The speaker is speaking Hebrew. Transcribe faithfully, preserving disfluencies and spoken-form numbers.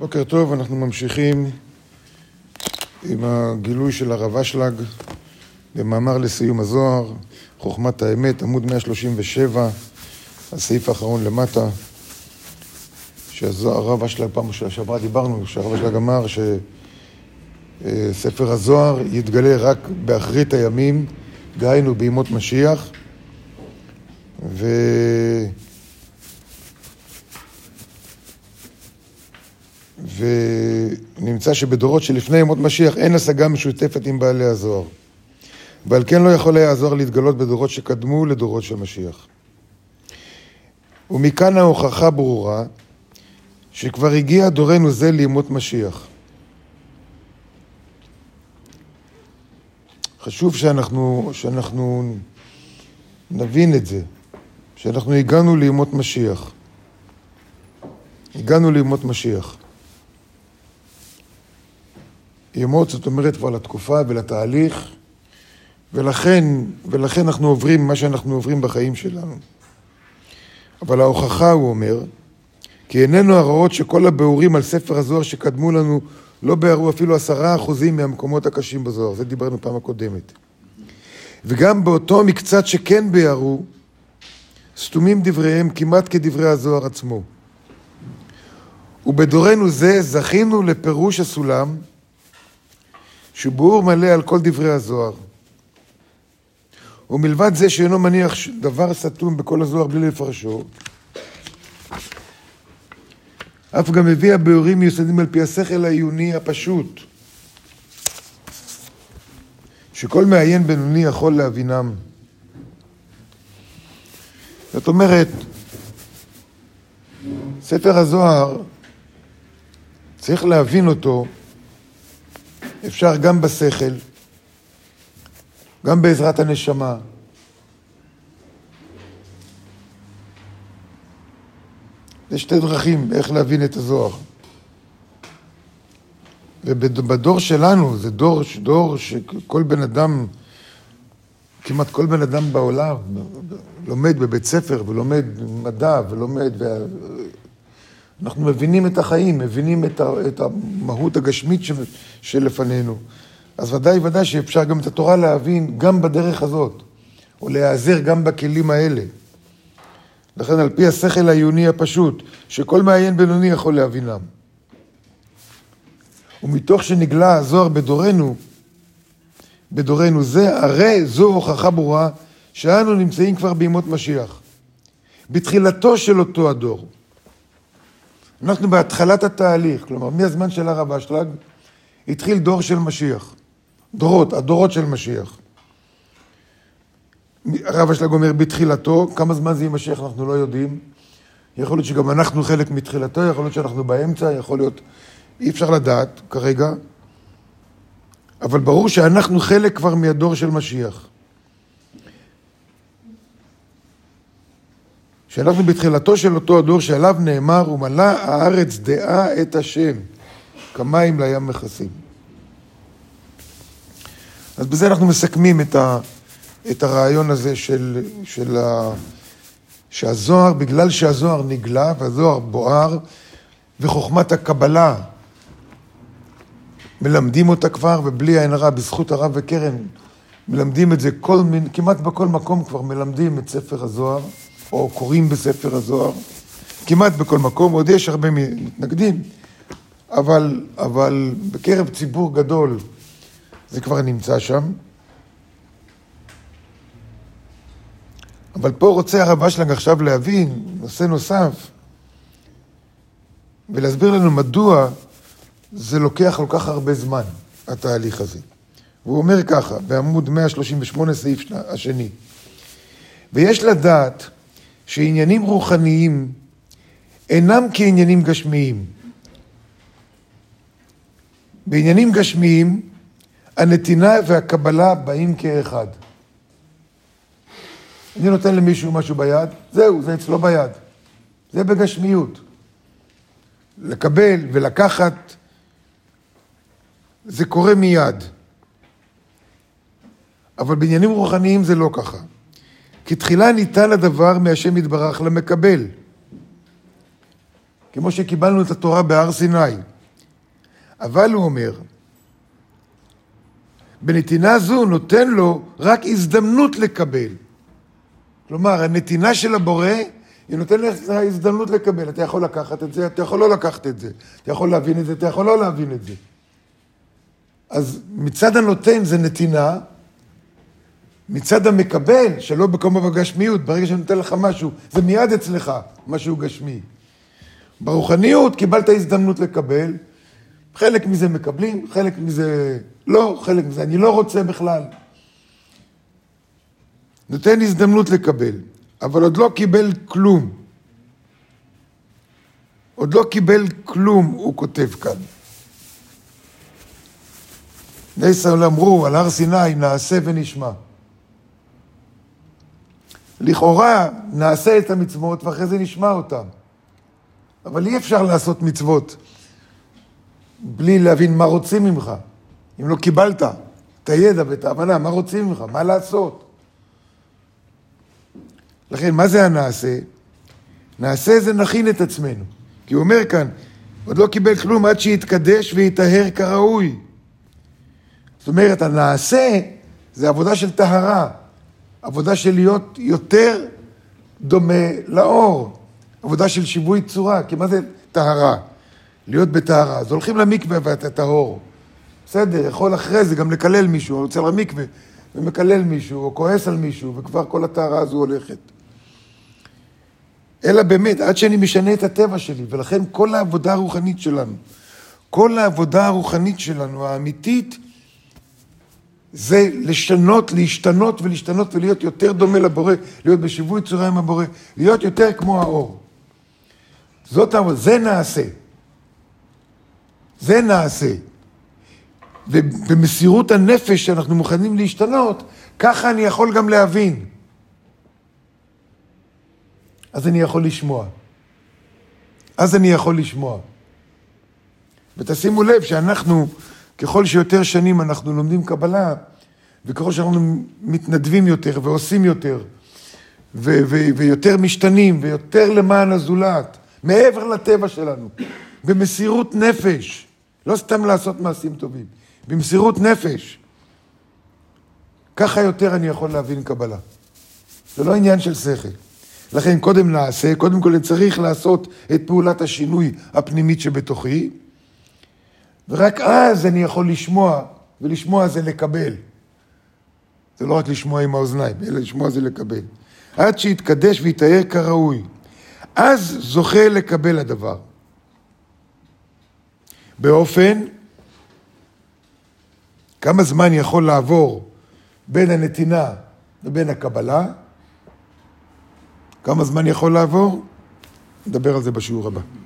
בוקר טוב, אנחנו ממשיכים עם הגילוי של הרב אשלג במאמר לסיום הזוהר, חוכמת האמת, עמוד מאה שלושים ושבע, הסעיף האחרון למטה, שהרב אשלג, פעם שעברה דיברנו, שהרב אשלג אמר שספר הזוהר יתגלה רק באחרית הימים, דהיינו בימות משיח, ו... ונמצא שבדורות שלפני ימות משיח אין השגה משותפת עם בעלי הזוהר. ועל כן לא יכול היה הזוהר להתגלות בדורות שקדמו לדורות של משיח. ומכאן ההוכחה ברורה שכבר הגיע דורנו זה לימות משיח. חשוב שאנחנו, שאנחנו נבין את זה, שאנחנו הגענו לימות משיח. הגענו לימות משיח. ימות, זאת אומרת, כבר לתקופה ולתהליך, ולכן, ולכן אנחנו עוברים מה שאנחנו עוברים בחיים שלנו. אבל ההוכחה, הוא אומר, כי איננו הרעות שכל הבאורים על ספר הזוהר שקדמו לנו לא בארו אפילו עשרה אחוזים מהמקומות הקשים בזוהר. זה דיברנו פעם הקודמת. וגם באותו מקצת שכן בארו, סתומים דבריהם כמעט כדברי הזוהר עצמו. ובדורנו זה זכינו לפירוש הסולם, שביאור מלא על כל דברי הזוהר. ומלבד זה שאינו מניח דבר סתום בכל הזוהר בלי לפרשו, אף גם מביא הביאורים מיוסדים על פי השכל העיוני הפשוט, שכל מעיין בינוני יכול להבינם. זאת אומרת, ספר הזוהר, צריך להבין אותו, אפשר גם בשכל, גם בעזרת הנשמה. יש שתי דרכים איך להבין את הזוהר. ובדור שלנו, זה דור, דור שכל בן אדם, כמעט כל בן אדם בעולם, לומד בבית ספר ולומד מדע ולומד, אנחנו מבינים את החיים, מבינים את, ה, את המהות הגשמית שלפנינו. אז ודאי ודאי שאפשר גם את התורה להבין גם בדרך הזאת, או להיעזר גם בכלים האלה. לכן על פי השכל העיוני הפשוט, שכל מעיין בינוני יכול להבינם. ומתוך שנגלה הזוהר בדורנו, בדורנו זה, הרי זו הוכחה ברורה, שאנו נמצאים כבר בימות משיח. בתחילתו של אותו הדור. אנחנו בהתחלת התהליך, כלומר, מהזמן של הרב אשלג, התחיל דור של משיח. דורות, הדורות של משיח. הרב אשלג אומר בתחילתו, כמה זמן זה יימשך אנחנו לא יודעים. יכול להיות שגם אנחנו חלק מתחילתו, יכול להיות שאנחנו באמצע, יכול להיות, אי אפשר לדעת כרגע. אבל ברור שאנחנו חלק כבר מהדור של משיח. שאנחנו בתחילתו של אותו הדור שעליו נאמר, ומלא הארץ דעה את השם, כמים לים מכסים. אז בזה אנחנו מסכמים את, ה, את הרעיון הזה של, של ה, שהזוהר, בגלל שהזוהר נגלה והזוהר בוער, וחוכמת הקבלה, מלמדים אותה כבר, ובלי עין הרע, בזכות הרב וקרן, מלמדים את זה כל, כמעט בכל מקום כבר מלמדים את ספר הזוהר, או קוראים בספר הזוהר, כמעט בכל מקום, עוד יש הרבה מתנגדים, אבל, אבל בקרב ציבור גדול זה כבר נמצא שם. אבל פה רוצה הרב אשלג עכשיו להבין נושא נוסף, ולהסביר לנו מדוע זה לוקח כל כך הרבה זמן, התהליך הזה. והוא אומר ככה, בעמוד מאה שלושים ושמונה, סעיף השני, ויש לדעת שעניינים רוחניים אינם כעניינים גשמיים. בעניינים גשמיים, הנתינה והקבלה באים כאחד. אני נותן למישהו משהו ביד, זהו, זה אצלו ביד. זה בגשמיות. לקבל ולקחת, זה קורה מיד. אבל בעניינים רוחניים זה לא ככה. כי תחילה ניתן הדבר מהשם יתברך למקבל. כמו שקיבלנו את התורה בהר סיני. אבל הוא אומר, בנתינה זו נותן לו רק הזדמנות לקבל. כלומר, הנתינה של הבורא, היא נותן לך הזדמנות לקבל. אתה יכול לקחת את זה, אתה יכול לא לקחת את זה. אתה יכול להבין את זה, אתה יכול לא להבין את זה. אז מצד הנותן זה נתינה, מצד המקבל, שלא בקום בגשמיות, ברגע שאני נותן לך משהו, זה מיד אצלך, משהו גשמי. ברוחניות קיבלת הזדמנות לקבל, חלק מזה מקבלים, חלק מזה לא, חלק מזה אני לא רוצה בכלל. נותן הזדמנות לקבל, אבל עוד לא קיבל כלום. עוד לא קיבל כלום, הוא כותב כאן. בני ישראל אמרו, על הר סיני נעשה ונשמע. לכאורה נעשה את המצוות ואחרי זה נשמע אותם. אבל אי אפשר לעשות מצוות בלי להבין מה רוצים ממך. אם לא קיבלת את הידע ואת ההבנה, מה רוצים ממך, מה לעשות. לכן, מה זה הנעשה? נעשה זה נכין את עצמנו. כי הוא אומר כאן, עוד לא קיבל כלום עד שיתקדש ויתאהר כראוי. זאת אומרת, הנעשה זה עבודה של טהרה. עבודה של להיות יותר דומה לאור. עבודה של שיווי צורה. כי מה זה טהרה? להיות בטהרה. אז הולכים למקווה ואתה טהור. בסדר, יכול אחרי זה גם לקלל מישהו, הוא יוצא למקווה ומקלל מישהו, או כועס על מישהו, וכבר כל הטהרה הזו הולכת. אלא באמת, עד שאני משנה את הטבע שלי, ולכן כל העבודה הרוחנית שלנו, כל העבודה הרוחנית שלנו, האמיתית, זה לשנות, להשתנות ולהשתנות ולהיות יותר דומה לבורא, להיות בשיווי צורה עם הבורא, להיות יותר כמו האור. זאת העבודה, זה נעשה. זה נעשה. ובמסירות הנפש שאנחנו מוכנים להשתנות, ככה אני יכול גם להבין. אז אני יכול לשמוע. אז אני יכול לשמוע. ותשימו לב שאנחנו, ככל שיותר שנים אנחנו לומדים קבלה, וככל שאנחנו מתנדבים יותר ועושים יותר, ו- ו- ויותר משתנים, ויותר למען הזולת, מעבר לטבע שלנו, במסירות נפש, לא סתם לעשות מעשים טובים, במסירות נפש, ככה יותר אני יכול להבין קבלה. זה לא עניין של שכל. לכן קודם נעשה, קודם כל צריך לעשות את פעולת השינוי הפנימית שבתוכי, ורק אז אני יכול לשמוע, ולשמוע זה לקבל. זה לא רק לשמוע עם האוזניים, אלא לשמוע זה לקבל. עד שיתקדש ויתאר כראוי. אז זוכה לקבל הדבר. באופן, כמה זמן יכול לעבור בין הנתינה ובין הקבלה? כמה זמן יכול לעבור? נדבר על זה בשיעור הבא.